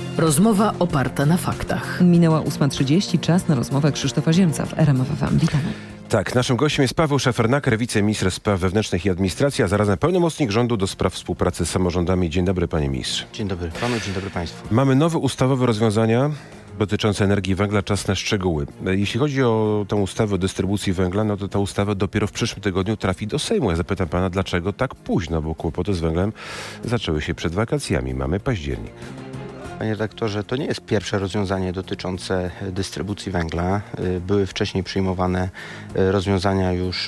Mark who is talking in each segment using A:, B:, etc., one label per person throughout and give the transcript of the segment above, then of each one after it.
A: Rozmowa oparta na faktach.
B: Minęła 8:30, czas na rozmowę Krzysztofa Ziemca w RMF FM. Witamy.
C: Tak, naszym gościem jest Paweł Szefernaker, wiceminister spraw wewnętrznych i administracji, a zarazem pełnomocnik rządu do spraw współpracy z samorządami. Dzień dobry, panie ministrze.
D: Dzień dobry panu, dzień dobry państwu.
C: Mamy nowe ustawowe rozwiązania dotyczące energii węgla. Czas na szczegóły. Jeśli chodzi o tę ustawę o dystrybucji węgla, no to ta ustawa dopiero w przyszłym tygodniu trafi do Sejmu. Ja zapytam pana, dlaczego tak późno, bo kłopoty z węglem zaczęły się przed wakacjami. Mamy październik.
D: Panie redaktorze, to nie jest pierwsze rozwiązanie dotyczące dystrybucji węgla. Były wcześniej przyjmowane rozwiązania już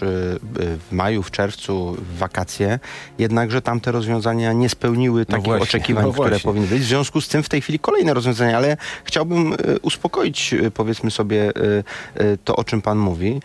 D: w maju, w czerwcu, w wakacje. Jednakże tamte rozwiązania nie spełniły takich oczekiwań, które powinny być. W związku z tym w tej chwili kolejne rozwiązania, ale chciałbym uspokoić, powiedzmy sobie, to, o czym pan mówi.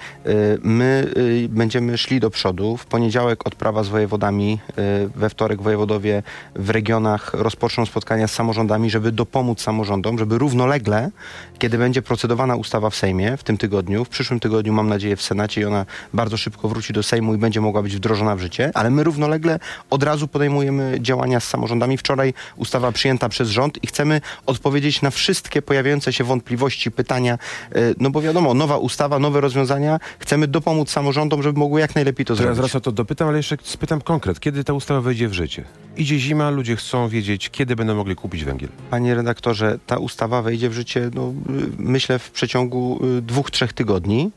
D: My będziemy szli do przodu. W poniedziałek odprawa z wojewodami, we wtorek wojewodowie w regionach rozpoczną spotkania z samorządami, żeby dopomóc samorządom, żeby równolegle, kiedy będzie procedowana ustawa w Sejmie w tym tygodniu, w przyszłym tygodniu mam nadzieję w Senacie i ona bardzo szybko wróci do Sejmu i będzie mogła być wdrożona w życie, ale my równolegle od razu podejmujemy działania z samorządami. Wczoraj ustawa przyjęta przez rząd i chcemy odpowiedzieć na wszystkie pojawiające się wątpliwości, pytania, no bo wiadomo, nowa ustawa, nowe rozwiązania, chcemy dopomóc samorządom, żeby mogły jak najlepiej to zrobić.
C: Ja zaraz o to dopytam, ale jeszcze spytam konkret. Kiedy ta ustawa wejdzie w życie? Idzie zima, ludzie chcą wiedzieć, kiedy będą mogli kupić węgiel.
D: Panie redaktorze, ta ustawa wejdzie w życie, myślę, w przeciągu 2-3 tygodni.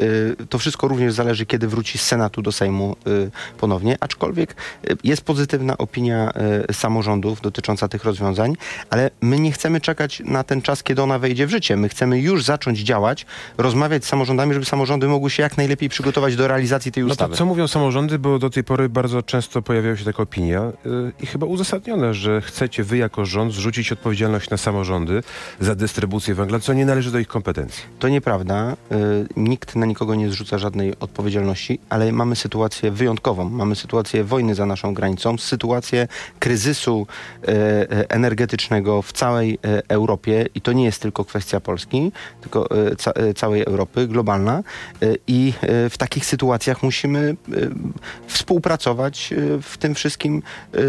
D: To wszystko również zależy, kiedy wróci z Senatu do Sejmu ponownie, aczkolwiek jest pozytywna opinia samorządów dotycząca tych rozwiązań, ale my nie chcemy czekać na ten czas, kiedy ona wejdzie w życie. My chcemy już zacząć działać, rozmawiać z samorządami, żeby samorządy mogły się jak najlepiej przygotować do realizacji tej ustawy.
C: No to co mówią samorządy, bo do tej pory bardzo często pojawiała się taka opinia i chyba uzasadnione, że chcecie wy jako rząd zrzucić odpowiedzialność na samorządy za dystrybucję węgla, co nie należy do ich kompetencji.
D: To nieprawda. Nikt na nikogo nie zrzuca żadnej odpowiedzialności, ale mamy sytuację wyjątkową. Mamy sytuację wojny za naszą granicą, sytuację kryzysu energetycznego w całej Europie i to nie jest tylko kwestia Polski, tylko całej Europy, globalna i w takich sytuacjach musimy współpracować w tym wszystkim,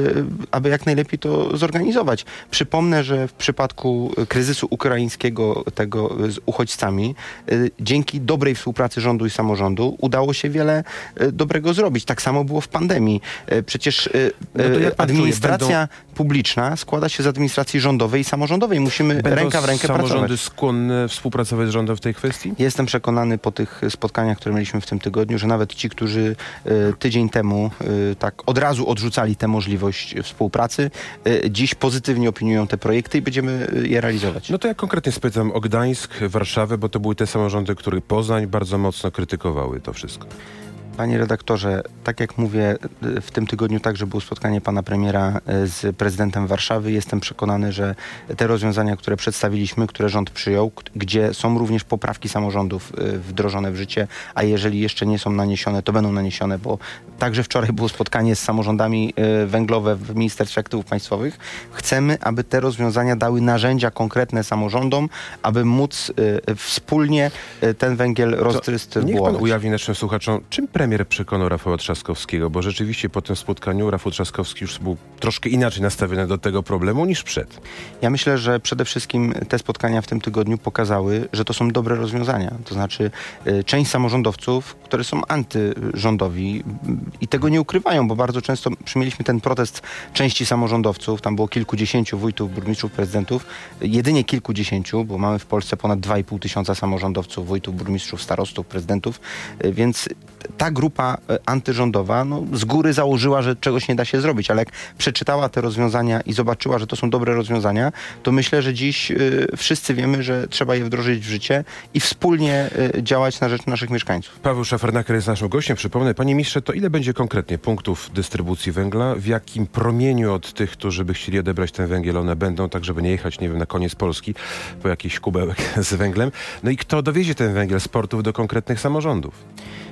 D: aby jak najlepiej to zorganizować. Przypomnę, że w przypadku kryzysu ukraińskiego, tego z uchodźcami, dzięki dobrej współpracy rządu i samorządu udało się wiele dobrego zrobić. Tak samo było w pandemii. Przecież administracja publiczna składa się z administracji rządowej i samorządowej. Musimy ręka w rękę pracować.
C: Samorządy skłonne współpracować z rządem w tej kwestii?
D: Jestem przekonany po tych spotkaniach, które mieliśmy w tym tygodniu, że nawet ci, którzy tydzień temu tak od razu odrzucali tę możliwość współpracy, dziś pozytywnie opiniują te projekty i będziemy je realizować.
C: No to ja konkretnie spytam o Gdańsk, Warszawę, bo to były te samorządy, które Poznań bardzo mocno krytykowały to wszystko.
D: Panie redaktorze, tak jak mówię, w tym tygodniu także było spotkanie pana premiera z prezydentem Warszawy. Jestem przekonany, że te rozwiązania, które przedstawiliśmy, które rząd przyjął, gdzie są również poprawki samorządów wdrożone w życie, a jeżeli jeszcze nie są naniesione, to będą naniesione, bo także wczoraj było spotkanie z samorządami węglowe w Ministerstwie Aktywów Państwowych. Chcemy, aby te rozwiązania dały narzędzia konkretne samorządom, aby móc wspólnie ten węgiel rozdystrybuować.
C: Niech pan ujawni naszym słuchaczom, czym premier przekonał Rafała Trzaskowskiego, bo rzeczywiście po tym spotkaniu Rafał Trzaskowski już był troszkę inaczej nastawiony do tego problemu niż przed.
D: Ja myślę, że przede wszystkim te spotkania w tym tygodniu pokazały, że to są dobre rozwiązania. To znaczy część samorządowców, które są antyrządowi i tego nie ukrywają, bo bardzo często mieliśmy ten protest części samorządowców, tam było kilkudziesięciu wójtów, burmistrzów, prezydentów, jedynie kilkudziesięciu, bo mamy w Polsce ponad 2,5 tysiąca samorządowców, wójtów, burmistrzów, starostów, prezydentów, więc ta grupa antyrządowa z góry założyła, że czegoś nie da się zrobić, ale jak przeczytała te rozwiązania i zobaczyła, że to są dobre rozwiązania, to myślę, że dziś wszyscy wiemy, że trzeba je wdrożyć w życie i wspólnie działać na rzecz naszych mieszkańców.
C: Paweł Szefernaker jest naszym gościem. Przypomnę, panie ministrze, to ile będzie konkretnie punktów dystrybucji węgla? W jakim promieniu od tych, którzy by chcieli odebrać ten węgiel, one będą, tak żeby nie jechać, nie wiem, na koniec Polski po jakiś kubełek z węglem? No i kto dowiezie ten węgiel z portów do konkretnych samorządów?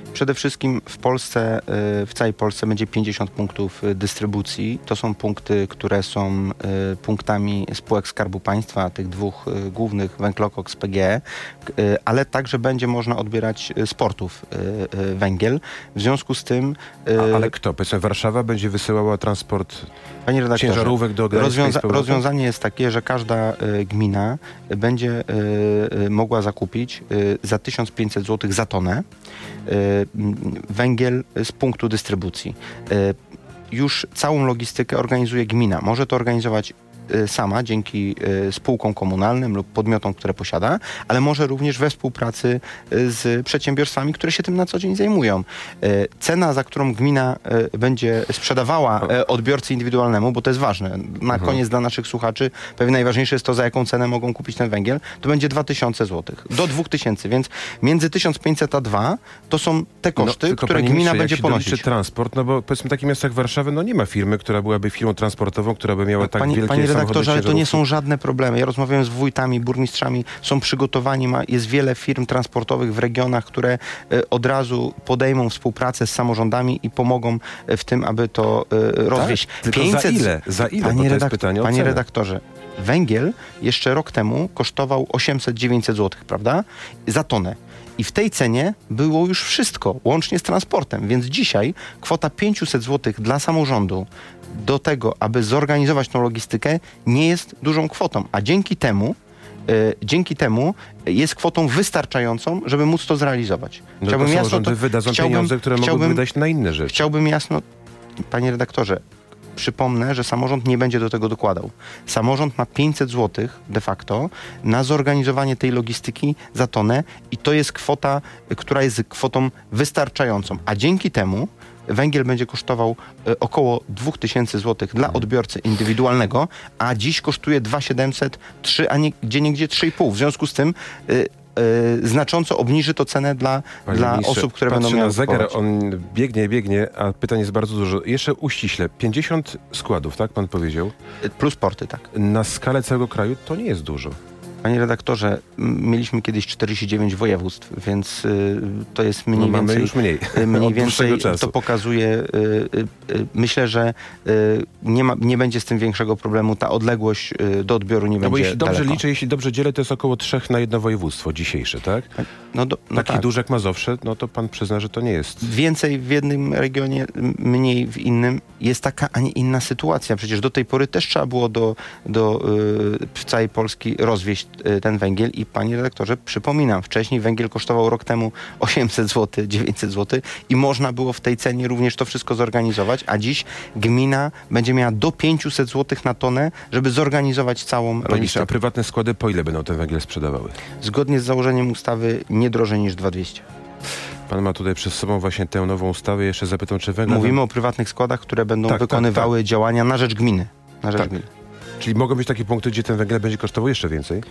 D: Przede wszystkim w Polsce, w całej Polsce będzie 50 punktów dystrybucji. To są punkty, które są punktami spółek Skarbu Państwa, tych dwóch głównych, Węglokoks, PGE, ale także będzie można odbierać z portów węgiel. W związku z tym...
C: Ale kto? Powiedzmy, Warszawa będzie wysyłała transport
D: Panie redaktorze,
C: ciężarówek do granic
D: rozwiązanie jest takie, że każda gmina będzie mogła zakupić za 1500 zł za tonę węgiel z punktu dystrybucji. Już całą logistykę organizuje gmina. Może to organizować sama dzięki spółkom komunalnym lub podmiotom, które posiada, ale może również we współpracy z przedsiębiorstwami, które się tym na co dzień zajmują. Cena, za którą gmina będzie sprzedawała odbiorcy indywidualnemu, bo to jest ważne. Na koniec dla naszych słuchaczy pewnie najważniejsze jest to, za jaką cenę mogą kupić ten węgiel. To będzie 2000 zł. Do 2000, więc między 1500 a 2 to są te koszty, które gmina będzie ponosić.
C: Transport, no bo powiedzmy w takich miastach Warszawy, no nie ma firmy, która byłaby firmą transportową, która by miała tak wielkie samochody.
D: Redaktorze, ale to nie są żadne problemy. Ja rozmawiałem z wójtami, burmistrzami, są przygotowani, jest wiele firm transportowych w regionach, które od razu podejmą współpracę z samorządami i pomogą w tym, aby to rozwieść.
C: Tak, tylko 500... Za ile? Bo to jest pytanie o cenę.
D: Panie redaktorze, węgiel jeszcze rok temu kosztował 800-900 zł, prawda? Za tonę. I w tej cenie było już wszystko, łącznie z transportem. Więc dzisiaj kwota 500 zł dla samorządu do tego, aby zorganizować tą logistykę, nie jest dużą kwotą. A dzięki temu jest kwotą wystarczającą, żeby móc to zrealizować.
C: No to samorządy wydadzą pieniądze, które mogą wydać na inne rzeczy.
D: Chciałbym jasno, panie redaktorze, przypomnę, że samorząd nie będzie do tego dokładał. Samorząd ma 500 zł de facto na zorganizowanie tej logistyki za tonę i to jest kwota, która jest kwotą wystarczającą. A dzięki temu węgiel będzie kosztował około 2000 zł dla odbiorcy indywidualnego, a dziś kosztuje 2700, 3, a gdzieniegdzie 3,5. W związku z tym znacząco obniży to cenę dla osób, które będą miały
C: zegar, kupować. On biegnie, a pytań jest bardzo dużo. Jeszcze uściśle, 50 składów, tak pan powiedział?
D: Plus porty, tak.
C: Na skalę całego kraju to nie jest dużo.
D: Panie redaktorze, mieliśmy kiedyś 49 województw, więc to jest mniej więcej...
C: Mamy już mniej.
D: Mniej więcej to pokazuje... Myślę, że nie będzie z tym większego problemu. Ta odległość do odbioru nie będzie
C: bo jeśli dobrze
D: daleko.
C: liczę, jeśli dobrze dzielę, to jest około 3 na jedno województwo dzisiejsze, tak? Taki duży jak Mazowsze, no to pan przyzna, że to nie jest...
D: Więcej w jednym regionie, mniej w innym. Jest taka, a nie inna sytuacja. Przecież do tej pory też trzeba było w całej Polski rozwieźć ten węgiel i panie redaktorze, przypominam, wcześniej węgiel kosztował rok temu 800 zł, 900 zł i można było w tej cenie również to wszystko zorganizować, a dziś gmina będzie miała do 500 zł na tonę, żeby zorganizować całą logistykę.
C: A prywatne składy po ile będą ten węgiel sprzedawały?
D: Zgodnie z założeniem ustawy nie drożej niż 2200.
C: Pan ma tutaj przed sobą właśnie tę nową ustawę. Jeszcze zapytam, czy węgiel...
D: Mówimy o prywatnych składach, które będą wykonywały działania na rzecz gminy. Gminy.
C: Czyli mogą być takie punkty, gdzie ten węgiel będzie kosztował jeszcze więcej?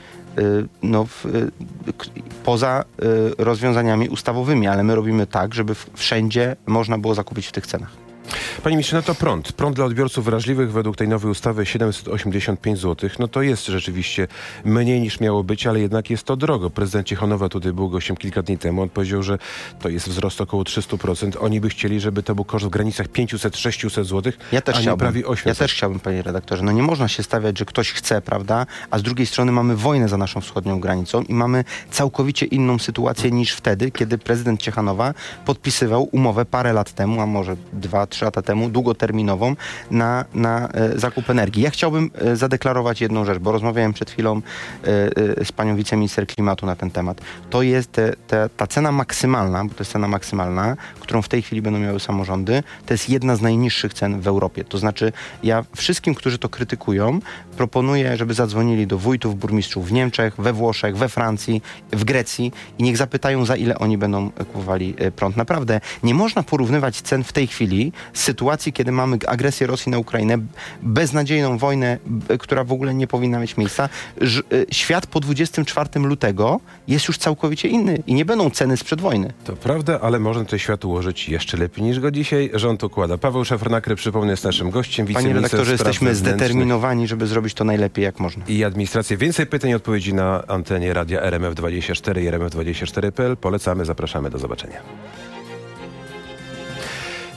D: Poza rozwiązaniami ustawowymi, ale my robimy tak, żeby wszędzie można było zakupić w tych cenach.
C: Panie ministrze, no to prąd. Prąd dla odbiorców wrażliwych według tej nowej ustawy 785 zł. No to jest rzeczywiście mniej niż miało być, ale jednak jest to drogo. Prezydent Ciechanowa tutaj był gościem kilka dni temu. On powiedział, że to jest wzrost około 300%. Oni by chcieli, żeby to był koszt w granicach 500-600 zł, a nie prawie 800.
D: Ja też chciałbym, panie redaktorze. No nie można się stawiać, że ktoś chce, prawda? A z drugiej strony mamy wojnę za naszą wschodnią granicą i mamy całkowicie inną sytuację niż wtedy, kiedy prezydent Ciechanowa podpisywał umowę parę lat temu, a może 2-3 lata temu, długoterminową na zakup energii. Ja chciałbym zadeklarować jedną rzecz, bo rozmawiałem przed chwilą z panią wiceminister klimatu na ten temat. To jest ta cena maksymalna, bo to jest cena maksymalna, którą w tej chwili będą miały samorządy, to jest jedna z najniższych cen w Europie. To znaczy ja wszystkim, którzy to krytykują, proponuję, żeby zadzwonili do wójtów, burmistrzów w Niemczech, we Włoszech, we Francji, w Grecji i niech zapytają, za ile oni będą kupowali prąd. Naprawdę nie można porównywać cen w tej chwili z sytuacji, kiedy mamy agresję Rosji na Ukrainę, beznadziejną wojnę, która w ogóle nie powinna mieć miejsca. Świat po 24 lutego jest już całkowicie inny i nie będą ceny sprzed wojny.
C: To prawda, ale można ten świat ułożyć jeszcze lepiej niż go dzisiaj rząd układa. Paweł Szefernakry, przypomnę, jest naszym gościem,
D: Panie redaktorze, jesteśmy zdeterminowani, żeby zrobić to najlepiej jak można.
C: I administracja. Więcej pytań i odpowiedzi na antenie radia RMF24 i RMF24.pl. Polecamy, zapraszamy, do zobaczenia.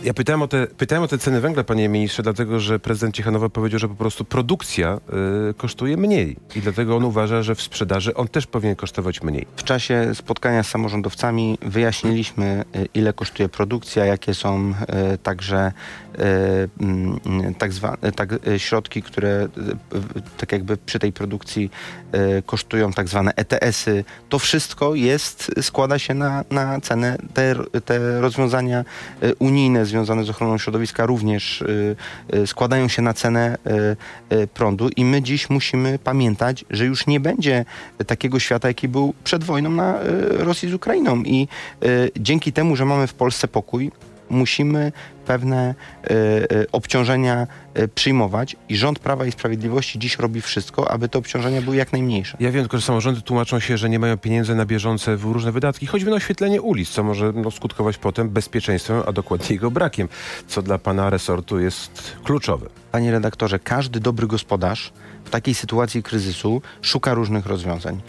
C: Ja pytałem o te ceny węgla, panie ministrze, dlatego że prezydent Ciechanowa powiedział, że po prostu produkcja kosztuje mniej i dlatego on uważa, że w sprzedaży on też powinien kosztować mniej.
D: W czasie spotkania z samorządowcami wyjaśniliśmy, ile kosztuje produkcja, jakie są także środki, które tak jakby przy tej produkcji kosztują tak zwane ETS-y. To wszystko składa się na cenę. Te rozwiązania unijne związane z ochroną środowiska również składają się na cenę prądu i my dziś musimy pamiętać, że już nie będzie takiego świata, jaki był przed wojną na Rosji z Ukrainą i dzięki temu, że mamy w Polsce pokój, musimy pewne obciążenia przyjmować i rząd Prawa i Sprawiedliwości dziś robi wszystko, aby te obciążenia były jak najmniejsze.
C: Ja wiem tylko, że samorządy tłumaczą się, że nie mają pieniędzy na bieżące w różne wydatki, choćby na oświetlenie ulic, co może skutkować potem bezpieczeństwem, a dokładnie jego brakiem, co dla pana resortu jest kluczowe.
D: Panie redaktorze, każdy dobry gospodarz w takiej sytuacji kryzysu szuka różnych rozwiązań.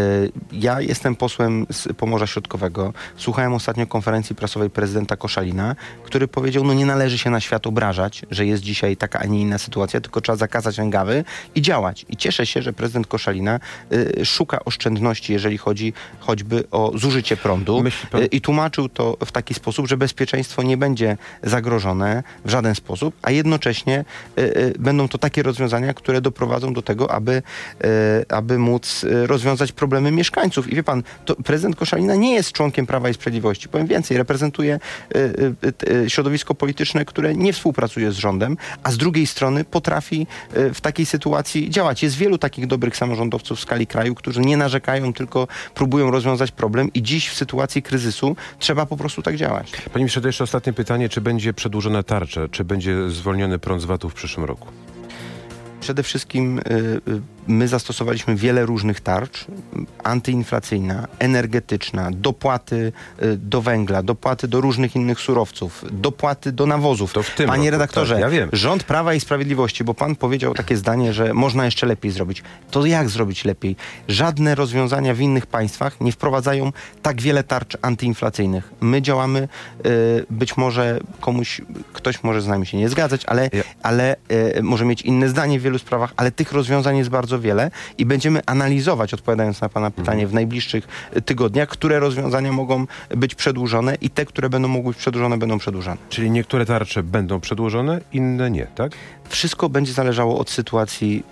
D: Ja jestem posłem z Pomorza Środkowego. Słuchałem ostatnio konferencji prasowej prezydenta Koszalina, który powiedział, no nie należy się na świat obrażać, że jest dzisiaj taka, a nie inna sytuacja, tylko trzeba zakazać rękawy i działać. I cieszę się, że prezydent Koszalina szuka oszczędności, jeżeli chodzi choćby o zużycie prądu. I tłumaczył to w taki sposób, że bezpieczeństwo nie będzie zagrożone w żaden sposób, a jednocześnie będą to takie rozwiązania, które doprowadzą do tego, aby móc rozwiązać problemy mieszkańców. I wie pan, to prezydent Koszalina nie jest członkiem Prawa i Sprawiedliwości. Powiem więcej, reprezentuje środowisko polityczne, które nie współpracuje z rządem, a z drugiej strony potrafi w takiej sytuacji działać. Jest wielu takich dobrych samorządowców w skali kraju, którzy nie narzekają, tylko próbują rozwiązać problem i dziś w sytuacji kryzysu trzeba po prostu tak działać.
C: Panie ministrze, to jeszcze ostatnie pytanie, czy będzie przedłużona tarcza, czy będzie zwolniony prąd z VAT-u w przyszłym roku?
D: Przede wszystkim my zastosowaliśmy wiele różnych tarcz, antyinflacyjna, energetyczna, dopłaty do węgla, dopłaty do różnych innych surowców, dopłaty do nawozów.
C: To w tym
D: Panie
C: roku,
D: redaktorze,
C: tak, ja wiem.
D: Rząd Prawa i Sprawiedliwości, bo pan powiedział takie zdanie, że można jeszcze lepiej zrobić. To jak zrobić lepiej? Żadne rozwiązania w innych państwach nie wprowadzają tak wiele tarcz antyinflacyjnych. My działamy, być może ktoś może z nami się nie zgadzać, ale może mieć inne zdanie w wielu sprawach, ale tych rozwiązań jest bardzo wiele i będziemy analizować, odpowiadając na pana pytanie, w najbliższych tygodniach, które rozwiązania mogą być przedłużone i te, które będą mogły być przedłużone, będą przedłużone.
C: Czyli niektóre tarcze będą przedłużone, inne nie, tak?
D: Wszystko będzie zależało od sytuacji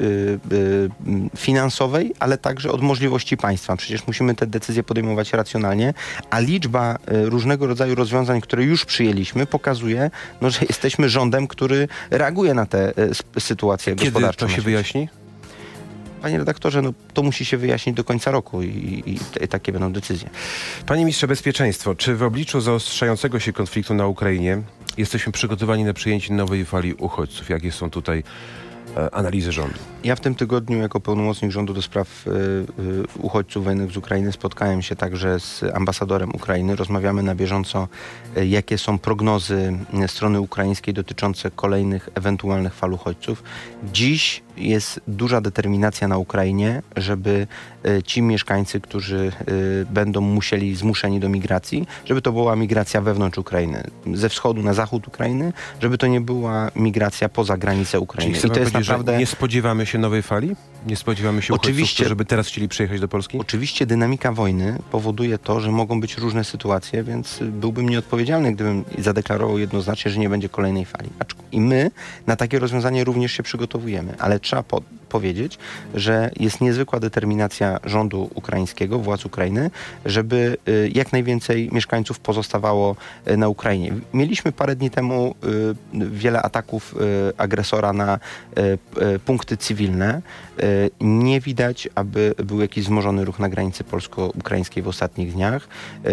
D: finansowej, ale także od możliwości państwa. Przecież musimy te decyzje podejmować racjonalnie, a liczba różnego rodzaju rozwiązań, które już przyjęliśmy, pokazuje, że jesteśmy rządem, który reaguje na te sytuacje gospodarcze.
C: Kiedy to się wyjaśni?
D: Panie redaktorze, to musi się wyjaśnić do końca roku i takie będą decyzje.
C: Panie ministrze, bezpieczeństwo. Czy w obliczu zaostrzającego się konfliktu na Ukrainie jesteśmy przygotowani na przyjęcie nowej fali uchodźców? Jakie są tutaj analizy rządu?
D: Ja w tym tygodniu jako pełnomocnik rządu do spraw uchodźców wojennych z Ukrainy spotkałem się także z ambasadorem Ukrainy. Rozmawiamy na bieżąco, jakie są prognozy strony ukraińskiej dotyczące kolejnych ewentualnych fal uchodźców. Dziś jest duża determinacja na Ukrainie, żeby ci mieszkańcy, którzy będą zmuszeni do migracji, żeby to była migracja wewnątrz Ukrainy, ze wschodu na zachód Ukrainy, żeby to nie była migracja poza granicę Ukrainy.
C: Czyli naprawdę nie spodziewamy się nowej fali? Nie spodziewamy się uchodźców, żeby teraz chcieli przyjechać do Polski?
D: Oczywiście dynamika wojny powoduje to, że mogą być różne sytuacje, więc byłbym nieodpowiedzialny, gdybym zadeklarował jednoznacznie, że nie będzie kolejnej fali. I my na takie rozwiązanie również się przygotowujemy, ale trzeba powiedzieć, że jest niezwykła determinacja rządu ukraińskiego, władz Ukrainy, żeby jak najwięcej mieszkańców pozostawało na Ukrainie. Mieliśmy parę dni temu wiele ataków agresora na punkty cywilne. Nie widać, aby był jakiś wzmożony ruch na granicy polsko-ukraińskiej w ostatnich dniach.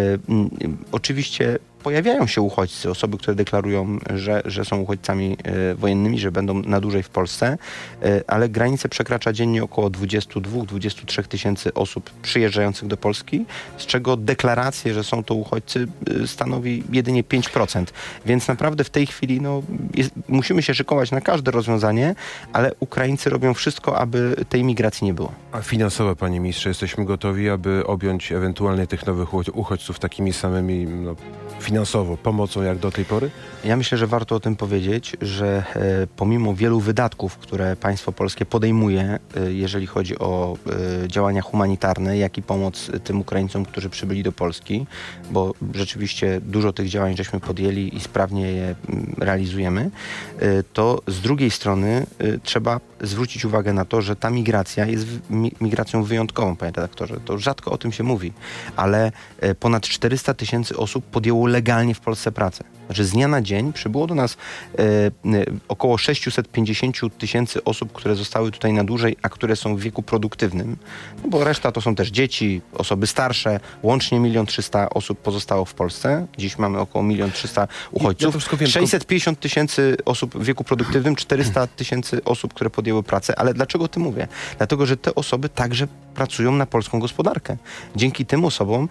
D: Oczywiście pojawiają się uchodźcy, osoby, które deklarują, że są uchodźcami wojennymi, że będą na dłużej w Polsce, ale granicę przekracza dziennie około 22-23 tysięcy osób przyjeżdżających do Polski, z czego deklaracje, że są to uchodźcy, stanowi jedynie 5%. Więc naprawdę w tej chwili musimy się szykować na każde rozwiązanie, ale Ukraińcy robią wszystko, aby tej migracji nie było.
C: A finansowo, panie ministrze, jesteśmy gotowi, aby objąć ewentualnie tych nowych uchodźców takimi samymi finansami finansowo, pomocą jak do tej pory?
D: Ja myślę, że warto o tym powiedzieć, że pomimo wielu wydatków, które państwo polskie podejmuje, jeżeli chodzi o działania humanitarne, jak i pomoc tym Ukraińcom, którzy przybyli do Polski, bo rzeczywiście dużo tych działań żeśmy podjęli i sprawnie je realizujemy, to z drugiej strony trzeba zwrócić uwagę na to, że ta migracja jest migracją wyjątkową, panie redaktorze. To rzadko o tym się mówi, ale ponad 400 000 osób podjęło legalnie w Polsce pracę. Znaczy z dnia na dzień przybyło do nas około 650 000 osób, które zostały tutaj na dłużej, a które są w wieku produktywnym, no bo reszta to są też dzieci, osoby starsze. Łącznie 1 300 000 osób pozostało w Polsce. Dziś mamy około 1 300 000 uchodźców. 650 000 osób w wieku produktywnym, 400 000 osób, które podjęły pracę. Ale dlaczego o tym mówię? Dlatego, że te osoby także pracują na polską gospodarkę. Dzięki tym osobom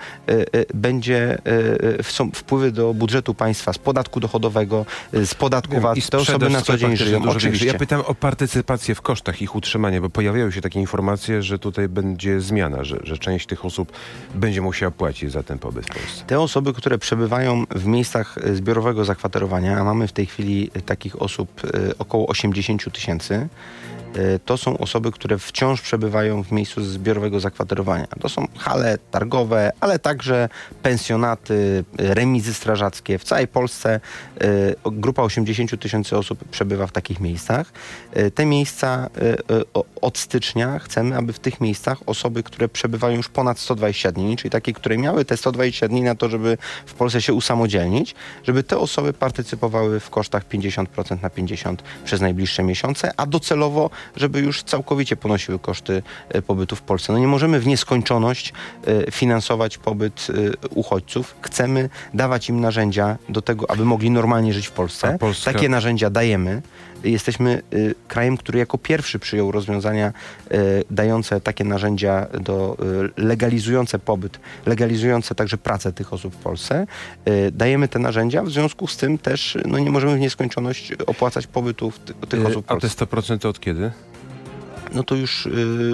D: są wpływy do budżetu państwa z podatku dochodowego, z podatku VAT. Te osoby na co dzień żyją. Oczywiście.
C: Ja pytam o partycypację w kosztach ich utrzymania, bo pojawiają się takie informacje, że tutaj będzie zmiana, że część tych osób będzie musiała płacić za ten pobyt w Polsce.
D: Te osoby, które przebywają w miejscach zbiorowego zakwaterowania, a mamy w tej chwili takich osób około 80 000, to są osoby, które wciąż przebywają w miejscu zbiorowego zakwaterowania. To są hale targowe, ale także pensjonaty, remizy strażackie. W całej Polsce grupa 80 000 osób przebywa w takich miejscach. Te miejsca od stycznia chcemy, aby w tych miejscach osoby, które przebywają już ponad 120 dni, czyli takie, które miały te 120 dni na to, żeby w Polsce się usamodzielnić, żeby te osoby partycypowały w kosztach 50% na 50% przez najbliższe miesiące, a docelowo żeby już całkowicie ponosiły koszty pobytu w Polsce. No nie możemy w nieskończoność finansować pobyt uchodźców. Chcemy dawać im narzędzia do tego, aby mogli normalnie żyć w Polsce. Takie narzędzia dajemy. Jesteśmy krajem, który jako pierwszy przyjął rozwiązania dające takie narzędzia legalizujące pobyt, legalizujące także pracę tych osób w Polsce. Dajemy te narzędzia, w związku z tym też nie możemy w nieskończoność opłacać pobytu tych osób w Polsce.
C: A te 100% od kiedy?
D: No to już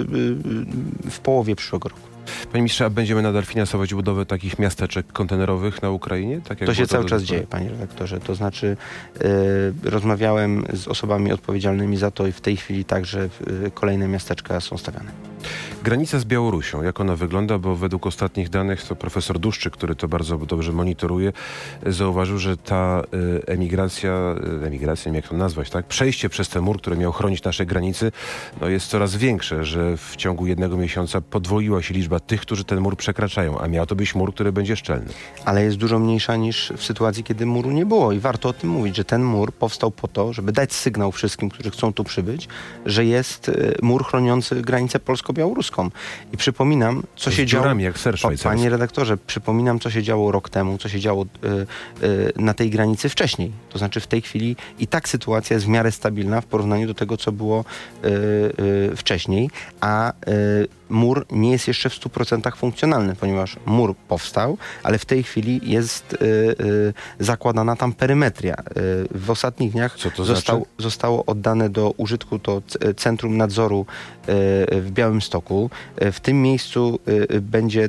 D: w połowie przyszłego roku.
C: Panie ministrze, a będziemy nadal finansować budowę takich miasteczek kontenerowych na Ukrainie? Tak jak
D: to się cały czas dzieje, panie redaktorze. To znaczy rozmawiałem z osobami odpowiedzialnymi za to i w tej chwili także kolejne miasteczka są stawiane.
C: Granica z Białorusią, jak ona wygląda? Bo według ostatnich danych to profesor Duszczyk, który to bardzo dobrze monitoruje, zauważył, że ta emigracja, nie wiem jak to nazwać, tak? Przejście przez ten mur, który miał chronić nasze granice, jest coraz większe, że w ciągu 1 miesiąca podwoiła się liczba tych, którzy ten mur przekraczają, a miał to być mur, który będzie szczelny. Ale
D: jest dużo mniejsza niż w sytuacji, kiedy muru nie było i warto o tym mówić, że ten mur powstał po to, żeby dać sygnał wszystkim, którzy chcą tu przybyć, że jest mur chroniący granicę polsko-białoruską. I przypominam, co się działo...
C: jak ser szwajcarski.
D: Panie redaktorze, przypominam, co się działo rok temu, co się działo na tej granicy wcześniej. To znaczy w tej chwili i tak sytuacja jest w miarę stabilna w porównaniu do tego, co było wcześniej, a mur nie jest jeszcze w 100% funkcjonalny, ponieważ mur powstał, ale w tej chwili jest zakładana tam perymetria. W ostatnich dniach zostało oddane do użytku to Centrum Nadzoru w Białymstoku. W tym miejscu będzie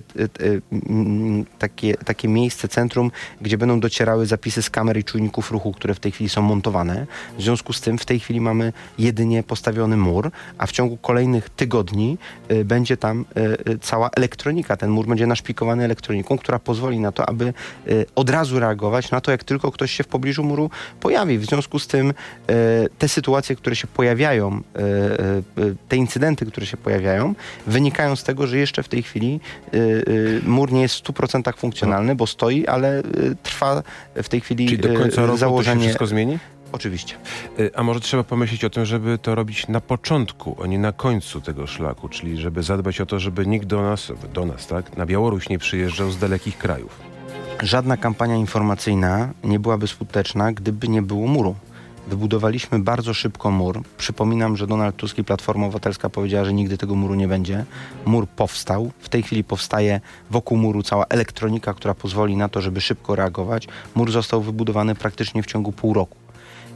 D: takie miejsce, centrum, gdzie będą docierały zapisy z kamer i czujników ruchu, które w tej chwili są montowane. W związku z tym w tej chwili mamy jedynie postawiony mur, a w ciągu kolejnych tygodni będzie tam cała elektronika. Ten mur będzie naszpikowany elektroniką, która pozwoli na to, aby od razu reagować na to, jak tylko ktoś się w pobliżu muru pojawi. W związku z tym te sytuacje, które się pojawiają, te incydenty, które się pojawiają, wynikają z tego, że jeszcze w tej chwili mur nie jest w 100% funkcjonalny, bo stoi, ale trwa w tej chwili
C: Czyli do końca roku
D: założenie...
C: to się wszystko zmieni?
D: Oczywiście.
C: A może trzeba pomyśleć o tym, żeby to robić na początku, a nie na końcu tego szlaku, czyli żeby zadbać o to, żeby nikt do nas, tak, na Białoruś nie przyjeżdżał z dalekich krajów.
D: Żadna kampania informacyjna nie byłaby skuteczna, gdyby nie było muru. Wybudowaliśmy bardzo szybko mur. Przypominam, że Donald Tusk i Platforma Obywatelska powiedziała, że nigdy tego muru nie będzie. Mur powstał. W tej chwili powstaje wokół muru cała elektronika, która pozwoli na to, żeby szybko reagować. Mur został wybudowany praktycznie w ciągu pół roku.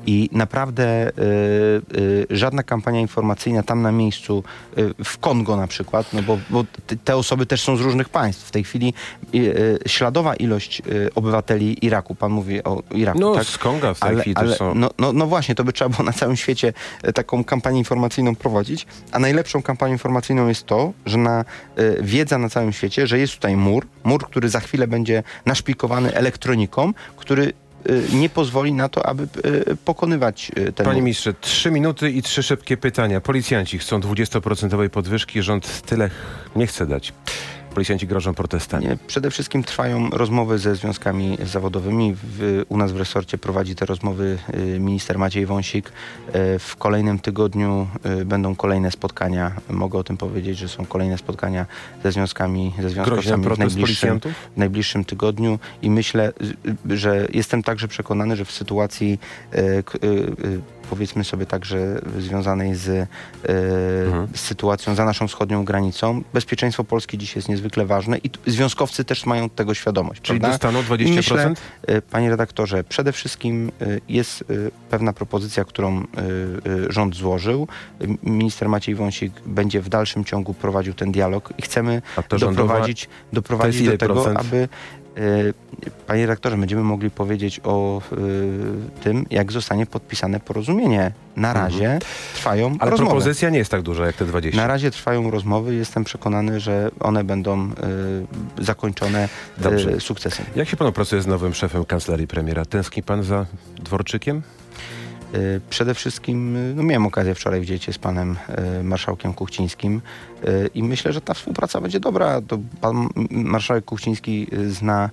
D: I naprawdę żadna kampania informacyjna tam na miejscu, w Kongo na przykład, no bo te osoby też są z różnych państw. W tej chwili śladowa ilość obywateli Iraku, pan mówi o Iraku,
C: No,
D: tak?
C: z Konga w tej chwili też są.
D: No właśnie, to by trzeba było na całym świecie taką kampanię informacyjną prowadzić, a najlepszą kampanią informacyjną jest to, że wiedza na całym świecie, że jest tutaj mur, który za chwilę będzie naszpikowany elektroniką, który nie pozwoli na to, aby pokonywać ten
C: Panie
D: mur.
C: ministrze, 3 minuty i 3 szybkie pytania. Policjanci chcą 20% podwyżki, rząd tyle nie chce dać. Policjanci grożą protestami.
D: Przede wszystkim trwają rozmowy ze związkami zawodowymi. U nas w resorcie prowadzi te rozmowy minister Maciej Wąsik. W kolejnym tygodniu będą kolejne spotkania. Mogę o tym powiedzieć, że są kolejne spotkania ze związkami,
C: Grozi nam protest policjantów?
D: w najbliższym tygodniu i myślę, że jestem także przekonany, że w sytuacji powiedzmy sobie także związanej z sytuacją za naszą wschodnią granicą, bezpieczeństwo Polski dziś jest niezwykle ważne i związkowcy też mają tego świadomość.
C: Czyli
D: prawda?
C: dostaną 20%?
D: I myślę, panie redaktorze, przede wszystkim jest pewna propozycja, którą rząd złożył. Minister Maciej Wąsik będzie w dalszym ciągu prowadził ten dialog i chcemy doprowadzić do tego, aby panie redaktorze, będziemy mogli powiedzieć o tym, jak zostanie podpisane porozumienie. Na razie trwają
C: Ale
D: rozmowy.
C: propozycja nie jest tak duża jak te 20.
D: Na razie trwają rozmowy. Jestem przekonany, że one będą zakończone sukcesem.
C: Jak się panu pracuje z nowym szefem kancelarii premiera? Tęskni pan za Dworczykiem?
D: Przede wszystkim miałem okazję wczoraj widzieć się z panem marszałkiem Kuchcińskim i myślę, że ta współpraca będzie dobra. To pan marszałek Kuchciński zna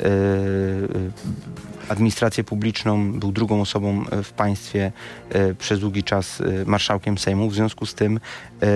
D: administrację publiczną, był drugą osobą w państwie przez długi czas marszałkiem Sejmu. W związku z tym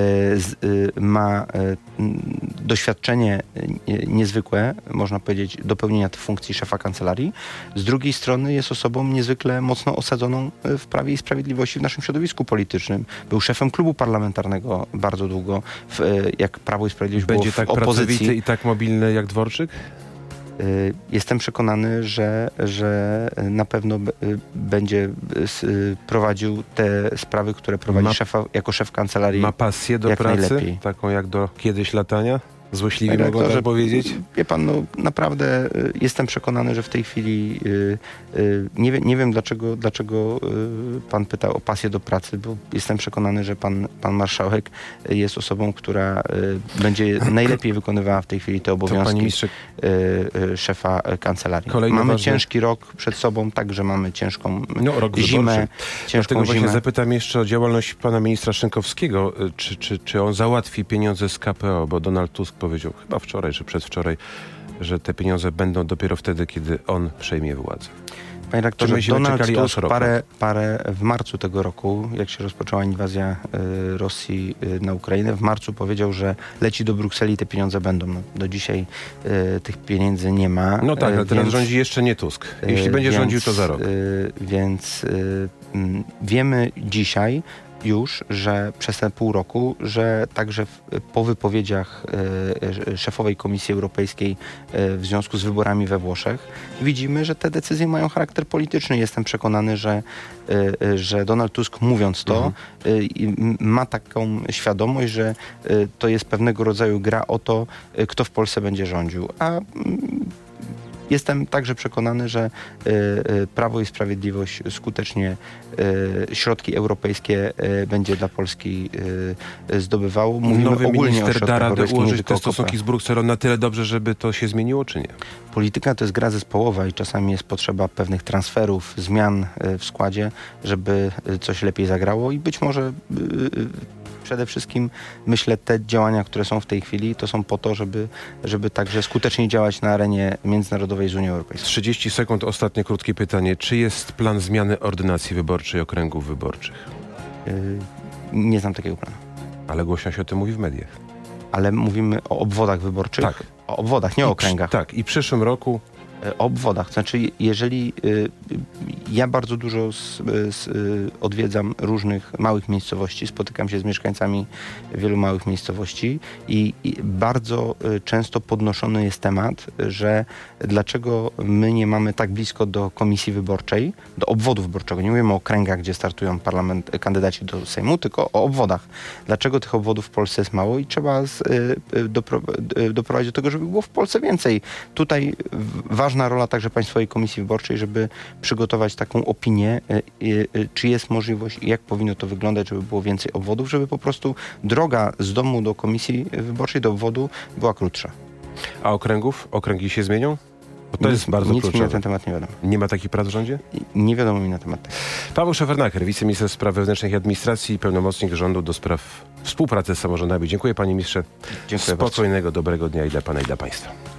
D: ma doświadczenie niezwykłe, można powiedzieć, do pełnienia tych funkcji szefa kancelarii. Z drugiej strony jest osobą niezwykle mocno osadzoną w Prawie i Sprawiedliwości w naszym środowisku politycznym. Był szefem klubu parlamentarnego bardzo długo, jak Prawo i Sprawiedliwość
C: Będzie
D: było w
C: tak
D: opozycji.
C: pracowity i tak mobilny jak Dworczyk?
D: Jestem przekonany, że na pewno będzie prowadził te sprawy, które prowadzi jako szef kancelarii.
C: Ma pasję do
D: jak
C: pracy?
D: najlepiej.
C: Taką jak do kiedyś latania? Złośliwi mogą tak powiedzieć?
D: Wie pan, naprawdę jestem przekonany, że w tej chwili nie wiem dlaczego pan pyta o pasję do pracy, bo jestem przekonany, że pan marszałek jest osobą, która będzie najlepiej wykonywała w tej chwili te obowiązki
C: panie ministrze,
D: szefa kancelarii.
C: Kolejny
D: Mamy
C: ważny...
D: ciężki rok przed sobą, także mamy ciężką
C: rok
D: zimę.
C: Dlatego właśnie zapytam jeszcze o działalność pana ministra Szynkowskiego. Czy on załatwi pieniądze z KPO, bo Donald Tusk powiedział chyba wczoraj czy przedwczoraj, że te pieniądze będą dopiero wtedy, kiedy on przejmie władzę.
D: Panie rektorze,
C: myśmy
D: Donald
C: czekali
D: Tusk
C: aż rok?
D: parę w marcu tego roku, jak się rozpoczęła inwazja Rosji na Ukrainę, w marcu powiedział, że leci do Brukseli i te pieniądze będą. No, do dzisiaj tych pieniędzy nie ma.
C: No tak, ale teraz rządzi jeszcze nie Tusk. Jeśli będzie rządził, to za rok.
D: Więc wiemy dzisiaj już, że przez ten pół roku, że także po wypowiedziach szefowej Komisji Europejskiej w związku z wyborami we Włoszech widzimy, że te decyzje mają charakter polityczny. Jestem przekonany, że Donald Tusk, mówiąc to, ma taką świadomość, że to jest pewnego rodzaju gra o to, kto w Polsce będzie rządził. A jestem także przekonany, że Prawo i Sprawiedliwość skutecznie środki europejskie będzie dla Polski zdobywało. Mówimy
C: Nowy
D: ogólnie
C: minister da radę ułożyć te
D: o
C: stosunki z Brukselą na tyle dobrze, żeby to się zmieniło, czy nie?
D: Polityka to jest gra zespołowa i czasami jest potrzeba pewnych transferów, zmian w składzie, żeby coś lepiej zagrało i być może przede wszystkim myślę, te działania, które są w tej chwili, to są po to, żeby także skutecznie działać na arenie międzynarodowej z Unią Europejską.
C: 30 sekund, ostatnie krótkie pytanie. Czy jest plan zmiany ordynacji wyborczej okręgów wyborczych?
D: Nie znam takiego planu.
C: Ale głośno się o tym mówi w mediach.
D: Ale mówimy o obwodach wyborczych?
C: Tak.
D: O obwodach, nie o okręgach.
C: Tak, i w przyszłym roku
D: O obwodach. Znaczy, jeżeli ja bardzo dużo odwiedzam różnych małych miejscowości, spotykam się z mieszkańcami wielu małych miejscowości i bardzo często podnoszony jest temat, że dlaczego my nie mamy tak blisko do komisji wyborczej, do obwodu wyborczego. Nie mówimy o okręgach, gdzie startują kandydaci do Sejmu, tylko o obwodach. Dlaczego tych obwodów w Polsce jest mało i trzeba doprowadzić do tego, żeby było w Polsce więcej. Tutaj ważna rola także Państwowej Komisji Wyborczej, żeby przygotować taką opinię, czy jest możliwość i jak powinno to wyglądać, żeby było więcej obwodów, żeby po prostu droga z domu do Komisji Wyborczej, do obwodu była krótsza.
C: A okręgów? Okręgi się zmienią? Bo to jest bardzo
D: nic
C: kluczowe.
D: mi na ten temat nie wiadomo.
C: Nie ma takich prac w rządzie?
D: Nie wiadomo mi na temat tego.
C: Paweł Szefernaker, wiceminister spraw wewnętrznych i administracji i pełnomocnik rządu do spraw współpracy z samorządami. Dziękuję panie ministrze.
D: Dziękuję bardzo.
C: Spokojnego, dobrego dnia i dla pana i dla państwa.